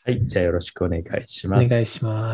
はい、じゃあよろしくお願いしおます。 願いします。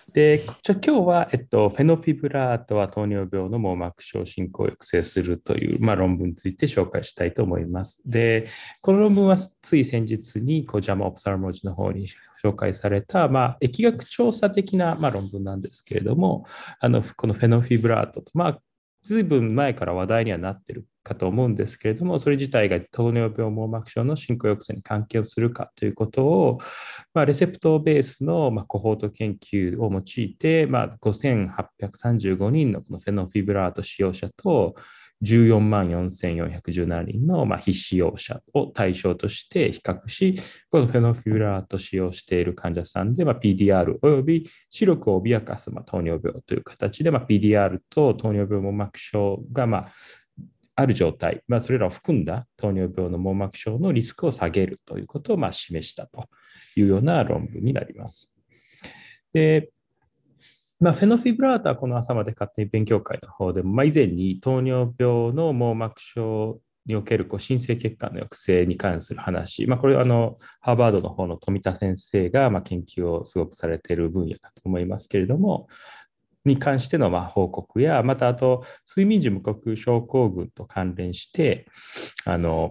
で、今日は、フェノフィブラートは糖尿病の網膜症進行を抑制するという、論文について紹介したいと思います。で、この論文はつい先日にジャマ・オプサルモロジーの方に紹介された、疫学調査的な、論文なんですけれども、このフェノフィブラートと、ずいぶん前から話題にはなっているかと思うんですけれども、それ自体が糖尿病網膜症の進行抑制に関係をするかということを、レセプトベースのコホート研究を用いて、5835人のこのフェノフィブラート使用者と、14万4417人の非使用者を対象として比較し、このフェノフィブラート使用している患者さんで、PDR および視力を脅かす糖尿病という形で、PDR と糖尿病網膜症が、ある状態、それらを含んだ糖尿病の網膜症のリスクを下げるということを示したというような論文になります。で、フェノフィブラートはこの朝まで勝手に勉強会の方でも、以前に糖尿病の網膜症における新生血管の抑制に関する話、これはハーバードの方の富田先生が研究をすごくされている分野かと思いますけれども、に関しての報告や、またあと睡眠時無呼吸症候群と関連して、あの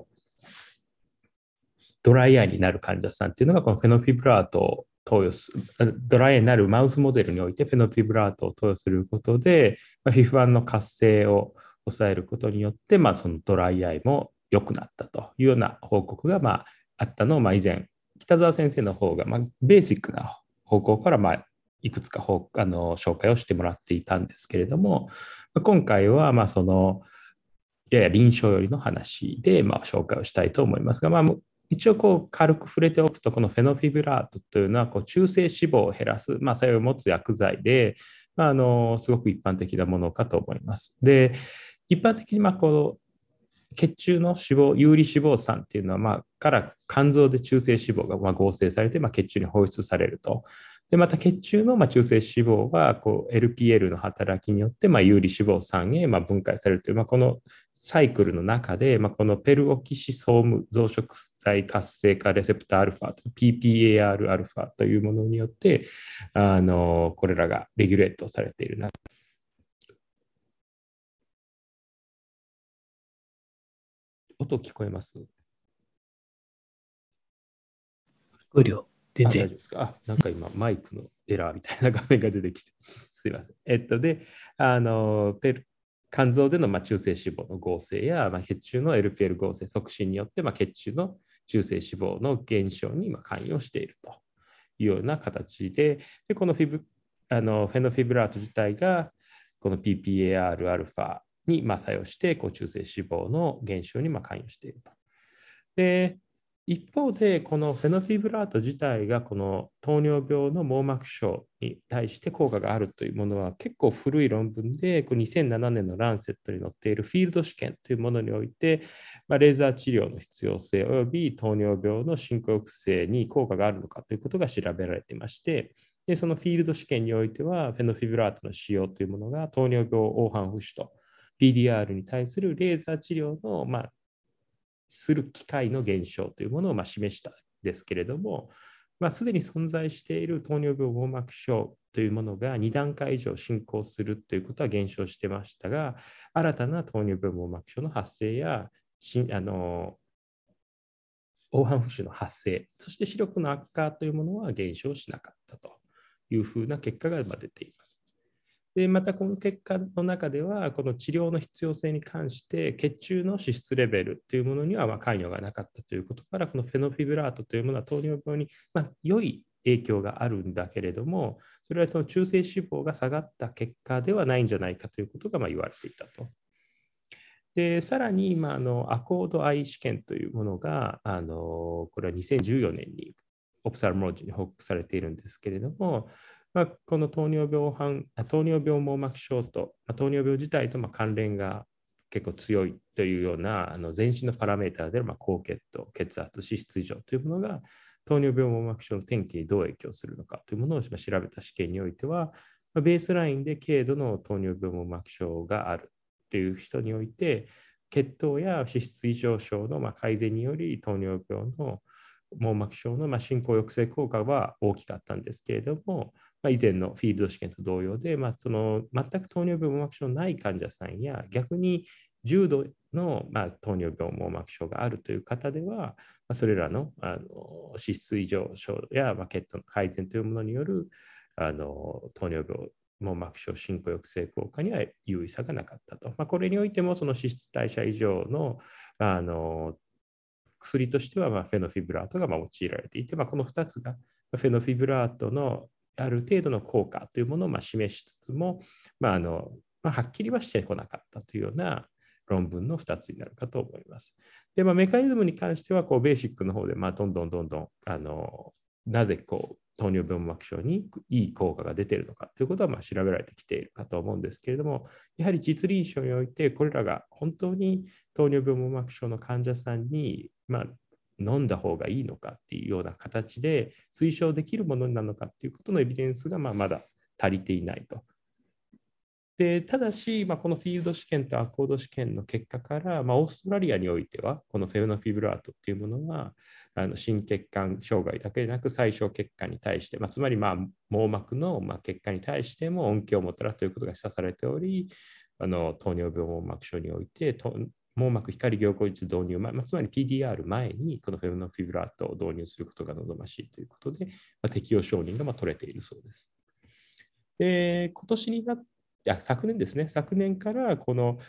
ドライアイになる患者さんっていうのが、このフェノフィブラートを投与する、ドライアイになるマウスモデルにおいてフェノフィブラートを投与することで、皮膚板の活性を抑えることによって、そのドライアイも良くなったというような報告が、あったのを、以前、北澤先生の方が、ベーシックな方向から、いくつか紹介をしてもらっていたんですけれども、今回は、その、やや臨床寄りの話で、紹介をしたいと思いますが、一応軽く触れておくと、このフェノフィブラートというのは中性脂肪を減らす、作用を持つ薬剤で、すごく一般的なものかと思います。で、一般的に血中の脂肪、有利脂肪酸っていうのは、から肝臓で中性脂肪が合成されて、血中に放出されると。で、また血中の中性脂肪がLPL の働きによって有利脂肪酸へ分解されるという、このサイクルの中で、このペルオキシソーム増殖剤活性化レセプターアルファと PPAR アルファというものによって、これらがレギュレートされているな。音聞こえます？ 無料。全然。 大丈夫ですか？なんか今、マイクのエラーみたいな画面が出てきて、すいません。で、肝臓での中性脂肪の合成や、血中の LPL 合成促進によって、血中の中性脂肪の減少に関与しているというような形で、このフェノフィブラート自体が、この PPAR-α に作用して、中性脂肪の減少に関与していると。で、一方で、このフェノフィブラート自体がこの糖尿病の網膜症に対して効果があるというものは結構古い論文で、2007年のランセットに載っているフィールド試験というものにおいて、レーザー治療の必要性及び糖尿病の進行抑制に効果があるのかということが調べられていまして、でそのフィールド試験においては、フェノフィブラートの使用というものが糖尿病黄斑浮腫と PDR に対するレーザー治療の、する機会の減少というものを示したんですけれども、すでに存在している糖尿病網膜症というものが2段階以上進行するということは減少してましたが、新たな糖尿病網膜症の発生や黄斑浮腫の発生、そして視力の悪化というものは減少しなかったというふうな結果が出ています。で、またこの結果の中では、この治療の必要性に関して、血中の脂質レベルというものには関与がなかったということから、このフェノフィブラートというものは糖尿病に良い影響があるんだけれども、それはその中性脂肪が下がった結果ではないんじゃないかということが言われていたと。で、さらに、アコード I 試験というものが、これは2014年にオプサルモロジーに報告されているんですけれども、この糖尿病網膜症と、糖尿病自体と関連が結構強いというような全身のパラメーターである高血糖、血圧、脂質異常というものが糖尿病網膜症の転機にどう影響するのかというものを調べた試験においては、ベースラインで軽度の糖尿病網膜症があるという人において、血糖や脂質異常症の改善により糖尿病の網膜症の進行抑制効果は大きかったんですけれども、以前のフィールド試験と同様で、その全く糖尿病網膜症ない患者さんや、逆に重度の、糖尿病網膜症があるという方では、それらの、脂質異常症や、血糖の改善というものによる糖尿病網膜症進行抑制効果には優位さがなかったと。これにおいても、その脂質代謝異常の薬としてはフェノフィブラートが用いられていて、この2つがフェノフィブラートのある程度の効果というものを示しつつも、はっきりはしてこなかったというような論文の2つになるかと思います。で、メカニズムに関してはベーシックの方でどんどんなぜ糖尿病網膜症にいい効果が出ているのかということは調べられてきているかと思うんですけれども、やはり実臨床においてこれらが本当に糖尿病網膜症の患者さんに飲んだ方がいいのかっていうような形で推奨できるものなのかっていうことのエビデンスがまだ足りていないと。でただし、このフィールド試験とアコード試験の結果から、オーストラリアにおいては、このフェノフィブラートっていうものは、心血管障害だけでなく、細小血管に対して、つまり網膜の血管に対しても恩恵をもたらすということが示唆されており、糖尿病網膜症において、網膜光凝固術導入前、つまり PDR 前にこのフェノフィブラートを導入することが望ましいということで、適用承認が取れているそうです。で、今年になって昨年ですね、昨年からこの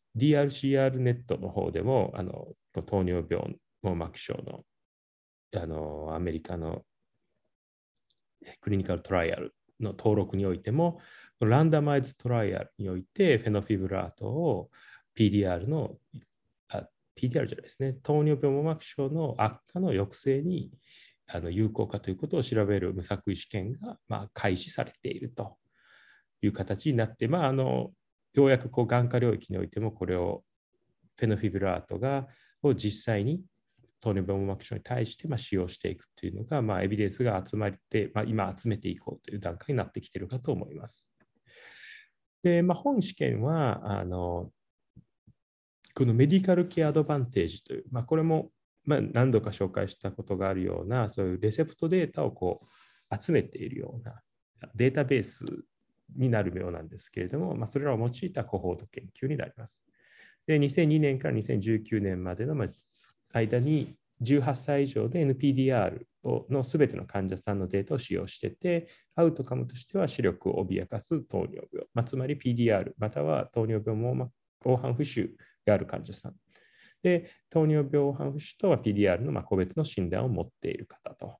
DRCR ネットの方でも、糖尿病網膜症のアメリカのクリニカルトライアルの登録においても、ランダマイズトライアルにおいて、フェノフィブラートを PDR の、PDR じゃないですね、糖尿病網膜症の悪化の抑制に有効かということを調べる無作為試験が、開始されているという形になって、ようやく眼科領域においてもこれをフェノフィブラートを実際に糖尿病網膜症に対して使用していくというのが、エビデンスが集まって、今集めていこうという段階になってきているかと思います。で、本試験はこのメディカルケアアドバンテージという、これも何度か紹介したことがあるような、そういうレセプトデータを集めているようなデータベースになるようなんですけれども、それらを用いたコホート研究になります。で、2002年から2019年までの間に18歳以上で NPDR のすべての患者さんのデータを使用していて、アウトカムとしては視力を脅かす糖尿病、つまり PDR または糖尿病網膜黄斑浮腫がある患者さん。で、糖尿病黄斑浮腫とは PDR の個別の診断を持っている方と。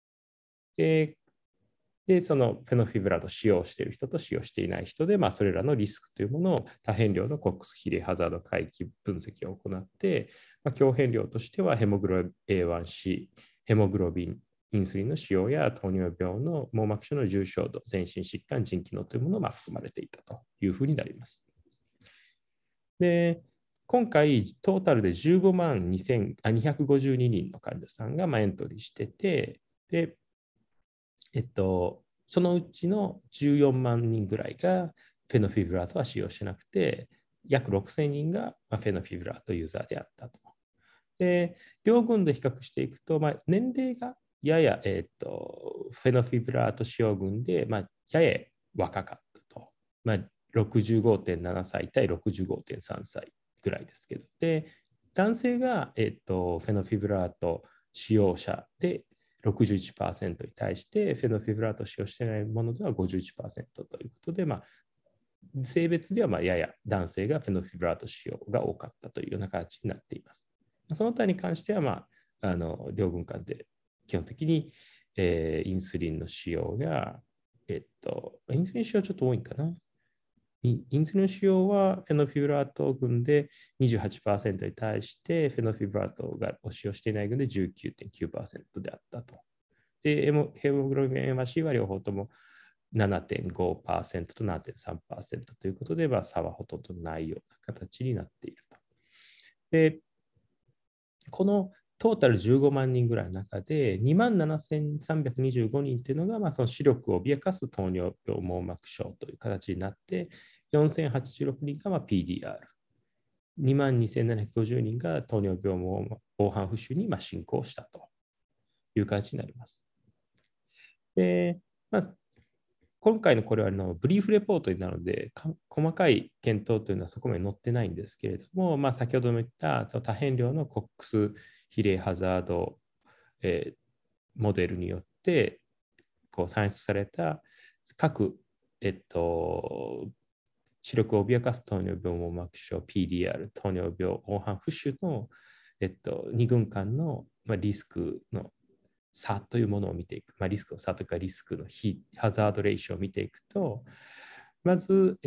で、そのフェノフィブラートを使用している人と使用していない人で、それらのリスクというものを多変量のコックス比例ハザード回帰分析を行って、強変量としてはヘモグロ A1C、ヘモグロビン、インスリンの使用や糖尿病の網膜症の重症度、全身疾患、腎機能というものが含まれていたというふうになります。で、今回、トータルで15万252人の患者さんがエントリーしてて、で、そのうちの14万人ぐらいがフェノフィブラートは使用しなくて、約6000人がフェノフィブラートユーザーであったと。で、両軍で比較していくと、年齢がやや、フェノフィブラート使用群で、やや若かったと。65.7 歳対65.3歳ぐらいですけど。で、男性が、フェノフィブラート使用者で61% に対して、フェノフィブラートを使用していないものでは 51% ということで、性別ではやや男性がフェノフィブラート使用が多かったというような形になっています。その他に関しては、両軍間で基本的に、インスリンの使用が、インスリン使用はちょっと多いかな。インスリン使用はフェノフィブラート群で 28% に対して、フェノフィブラートを使用していない群で 19.9% であったと。で、ヘモグロビン A1C は両方とも 7.5% と 7.3% ということで、差はほとんどないような形になっていると。で、このトータル15万人ぐらいの中で、27,325人というのが、その視力を脅かす糖尿病網膜症という形になって、4,086人がPDR、22,750人が糖尿病黄斑浮腫に進行したという形になります。で、今回のこれはブリーフレポートになるので、細かい検討というのはそこまで載ってないんですけれども、先ほども言った多変量のコックス比例ハザード、モデルによって算出された各、視力を脅かす糖尿病網膜症 PDR、糖尿病黄斑浮腫の、2群間の、リスクの差というものを見ていく、リスクの差というかリスクのハザードレーションを見ていくと、まず、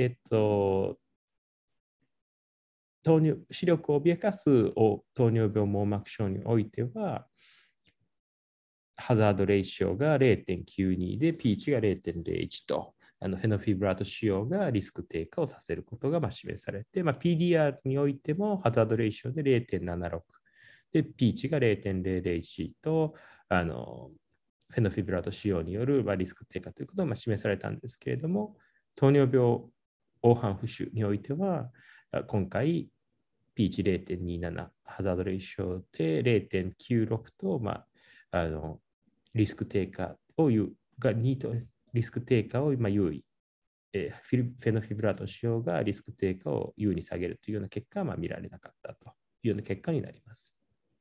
視力を脅かす糖尿病網膜症においては、ハザードレーションが 0.92 で、ピーチが 0.01 と、フェノフィブラート使用がリスク低下をさせることが示されて、PDR においてもハザードレーションで 0.76 で、ピーチが 0.001 と、フェノフィブラート使用によるリスク低下ということが示されたんですけれども、糖尿病黄斑浮腫においては、今回、ピーチ 0.27、ハザードレーションで 0.96 と、リスク低下をリスク低下を優位、フェノフィブラート使用がリスク低下を優位に下げるというような結果は見られなかったというような結果になります。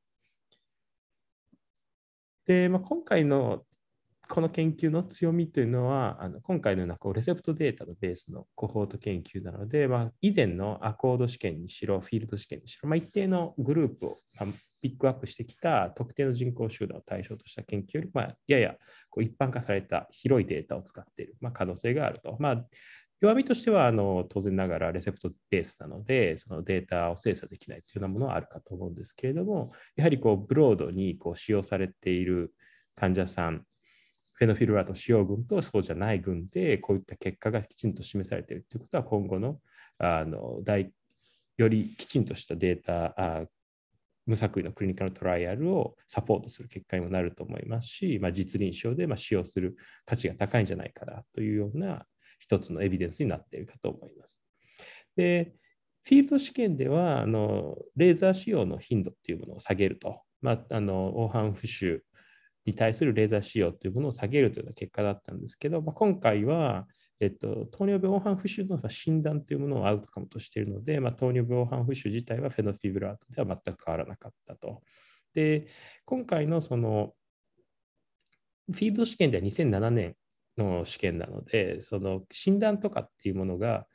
で、今回のこの研究の強みというのは、今回のようなレセプトデータのベースのコホート研究なので、以前のアコード試験にしろ、フィールド試験にしろ、一定のグループをピックアップしてきた特定の人口集団を対象とした研究より、やや一般化された広いデータを使っている、可能性があると。弱みとしては当然ながらレセプトベースなので、そのデータを精査できないというようなものはあるかと思うんですけれども、やはりブロードに使用されている患者さん、フェノフィブラート使用群とそうじゃない群でこういった結果がきちんと示されているということは今後のよりきちんとしたデータ、無作為のクリニカルトライアルをサポートする結果にもなると思いますし、実臨床で使用する価値が高いんじゃないかなというような一つのエビデンスになっているかと思います。で、フィールド試験ではレーザー使用の頻度というものを下げると、黄斑浮腫に対するレーザー使用というものを下げるというような結果だったんですけど、今回は、糖尿病黄斑浮腫の診断というものをアウトカムとしているので、糖尿病黄斑浮腫自体はフェノフィブラートでは全く変わらなかったと。で、今回のそのフィールド試験では2007年の試験なので、その診断とかっていうものが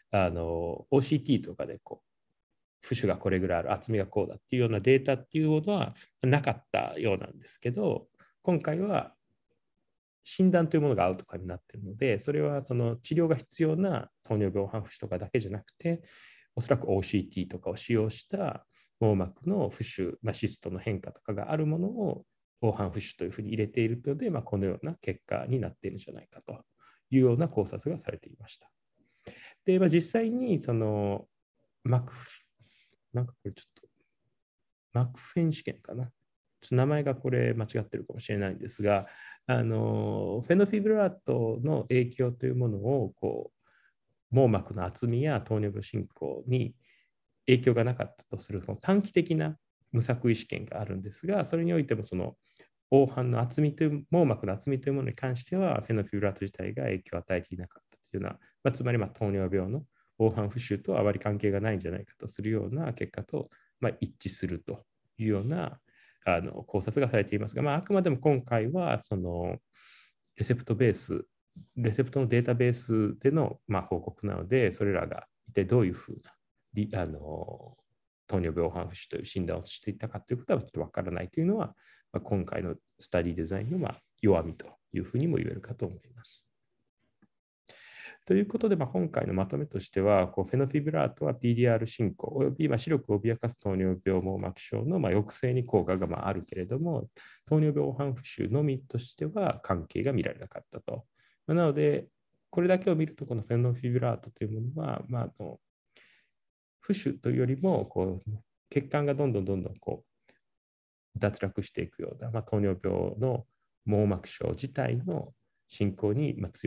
OCT とかで浮腫がこれぐらいある、厚みがこうだっていうようなデータっていうものはなかったようなんですけど、今回は診断というものがアウトカムになっているので、それはその治療が必要な糖尿病黄斑浮腫とかだけじゃなくて、おそらく OCT とかを使用した網膜の浮腫、シストの変化とかがあるものを黄斑浮腫というふうに入れているので、このような結果になっているんじゃないかというような考察がされていました。で、実際にそのなんかこれちょっとマクフェン試験かな。ちょっと名前がこれ間違ってるかもしれないんですが、フェノフィブラートの影響というものを網膜の厚みや糖尿病進行に影響がなかったとする短期的な無作為試験があるんですが、それにおいてもその黄斑の厚みという網膜の厚みというものに関してはフェノフィブラート自体が影響を与えていなかったというような、つまり糖尿病の黄斑浮腫とあまり関係がないんじゃないかとするような結果と一致するというような考察がされていますが、あくまでも今回はそのレセプトのデータベースでの報告なので、それらが一体どういうふうな糖尿病黄斑浮腫という診断をしていたかということはちょっとわからないというのは、今回のスタディデザインの弱みというふうにも言えるかと思います。ということで、今回のまとめとしては、フェノフィブラートは PDR 進行および視力を脅かす糖尿病網膜症の抑制に効果があるけれども、糖尿病黄斑浮腫のみとしては関係が見られなかったと。なので、これだけを見ると、このフェノフィブラートというものは、浮腫というよりも血管がどんどん脱落していくような、糖尿病の網膜症自体の進行に強い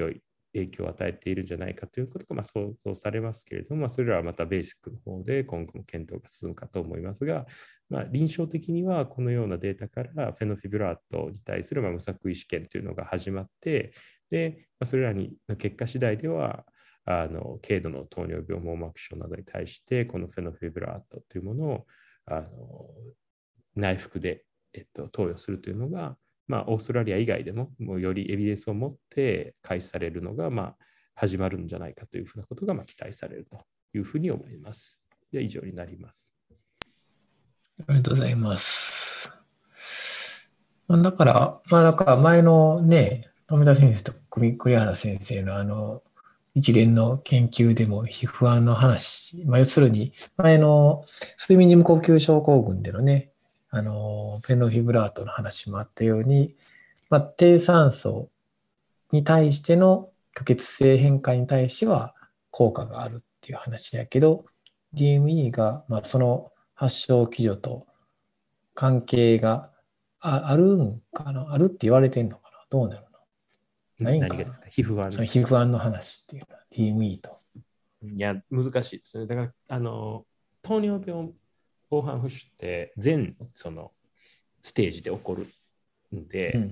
影響を与えているんじゃないかということが想像されますけれども、それらはまたベーシックの方で今後も検討が進むかと思いますが、臨床的にはこのようなデータからフェノフィブラートに対する無作為試験というのが始まって、でそれらの結果次第では軽度の糖尿病網膜症などに対してこのフェノフィブラートというものを内服で、投与するというのが、オーストラリア以外でも、よりエビデンスを持って開始されるのが、始まるんじゃないかというふうなことが、期待されるというふうに思います。では以上になります。 ありがとうございます。だから前のね、富田先生と栗原先生の一連の研究でも皮膚癌の話、要するに前の睡眠時無呼吸症候群でのね、フェノフィブラートの話もあったように、低酸素に対しての虚血性変化に対しては効果があるっていう話やけど、DME がその発症基準と関係があるんかな、あるって言われてんのかな、どうなるの？ 何がですか？皮膚癌。 その皮膚癌の話っていうのは DME と。 いや、難しいですね。だから、糖尿病、黄斑浮腫って全そのステージで起こるんで、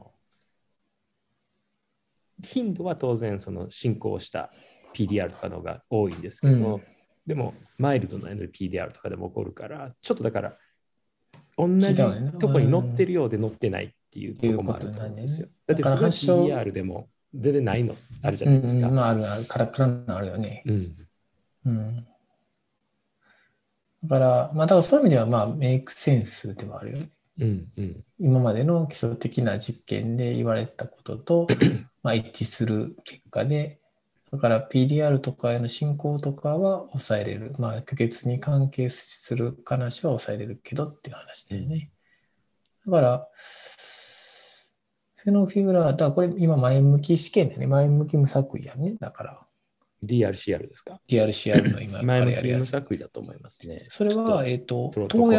頻度は当然その進行した PDR とかの方が多いんですけど、でもマイルドな PDR とかでも起こるから、ちょっとだから同じとこに乗ってるようで乗ってないっていうところもあると思うんですよ。だってすごい PDR でも全然ないのあるじゃないですか。 ある、カラカラのあるよね。だからそういう意味ではメイクセンスではあるよね。今までの基礎的な実験で言われたことと一致する結果で、だから PDR とかへの進行とかは抑えれる。虚血に関係する話は抑えれるけどっていう話だよね。だから、フェノフィブラー、だからこれ今前向き試験だね。前向き無作為やんね。だから。 DRCR ですか？ DRCR の今前向き無作為だと思いますね。 それは、投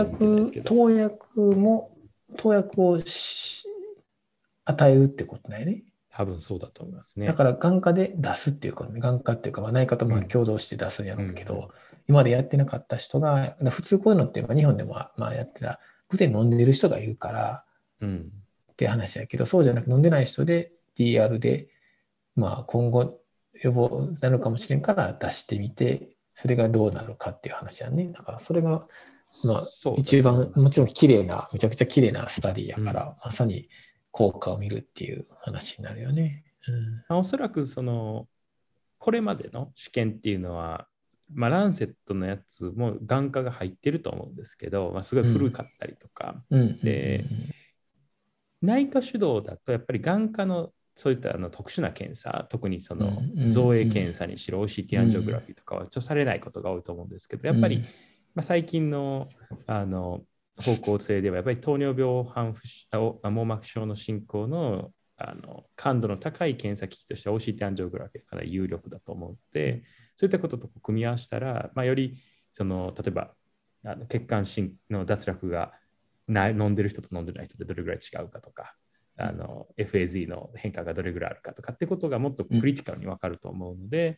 薬を与えるってことだよね。 多分そうだと思いますね。 だから眼科で出すっていうか、眼科っていうか、内科と共同して出すんやろうけど、今までやってなかった人が、普通こういうのって日本でもやってた、薬飲んでる人がいるから、って話やけど、そうじゃなく飲んでない人で DR で、今後予防になるかもしれんから出してみて、それがどうなるかっていう話やね。だからそれが、一番、もちろんめちゃくちゃ綺麗なスタディやから、まさに効果を見るっていう話になるよね。 おそらくこれまでの試験っていうのは、ランセットのやつも眼科が入ってると思うんですけど、すごい古かったりとか、で内科主導だとやっぱり眼科のそういった特殊な検査、特にその造影検査にしろ OCT アンジオグラフィーとかはされないことが多いと思うんですけど、やっぱり最近の方向性ではやっぱり糖尿病網膜症の進行の感度の高い検査機器として OCT アンジオグラフィーがかなり有力だと思うので、そういったことと組み合わせたら、より例えば血管の脱落が飲んでる人と飲んでない人でどれぐらい違うかとか、FAZ の変化がどれぐらいあるかとかってことがもっとクリティカルに分かると思うので、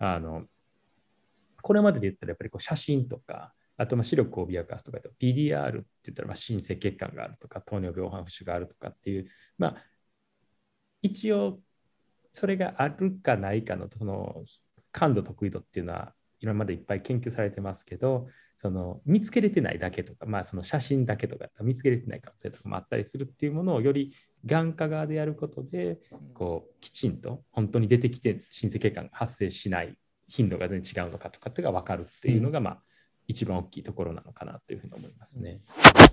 これまでで言ったらやっぱり写真とか、あと視力を脅かすとか、PDR って言ったら心赤血管があるとか、糖尿病斑浮腫があるとかっていう、一応それがあるかないかのその感度得意度っていうのは今までいっぱい研究されてますけど、見つけれてないだけとか、その写真だけとか見つけれてない可能性とかもあったりするっていうものをより眼科側でやることできちんと本当に出てきて心赤血管が発生しない頻度が全然違うのかとかっていうのが分かるっていうのが、一番大きいところなのかなというふうに思いますね。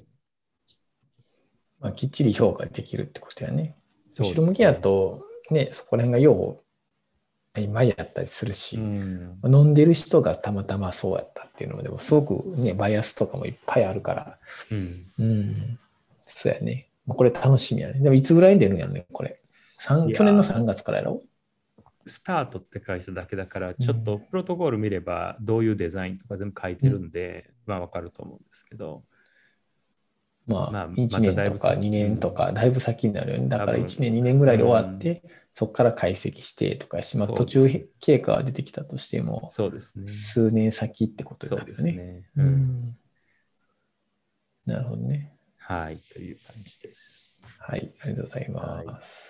きっちり評価できるってことやね。後ろ向きやとね、そこら辺が曖昧やったりするし、飲んでる人がたまたまそうやったっていうのでもすごくね、バイアスとかもいっぱいあるから、そうやね。これ楽しみやね。でもいつぐらいに出るんやろね、これ。去年の3月からやろ？ スタートって書いただけだから、ちょっとプロトコール見ればどういうデザインとか全部書いてるんで、分かると思うんですけど。 1年とか2年とかだいぶ先になるよね。だから1年、2年ぐらいで終わって、 そこから解析してとかし、まあ、途そうです中経過は出てきたとしても、 そうですね。 数年先ってことにそうでなるよね。 すね。 うん。なるほどね。 はい、という感じです。 はい、ありがとうございはい。 ます。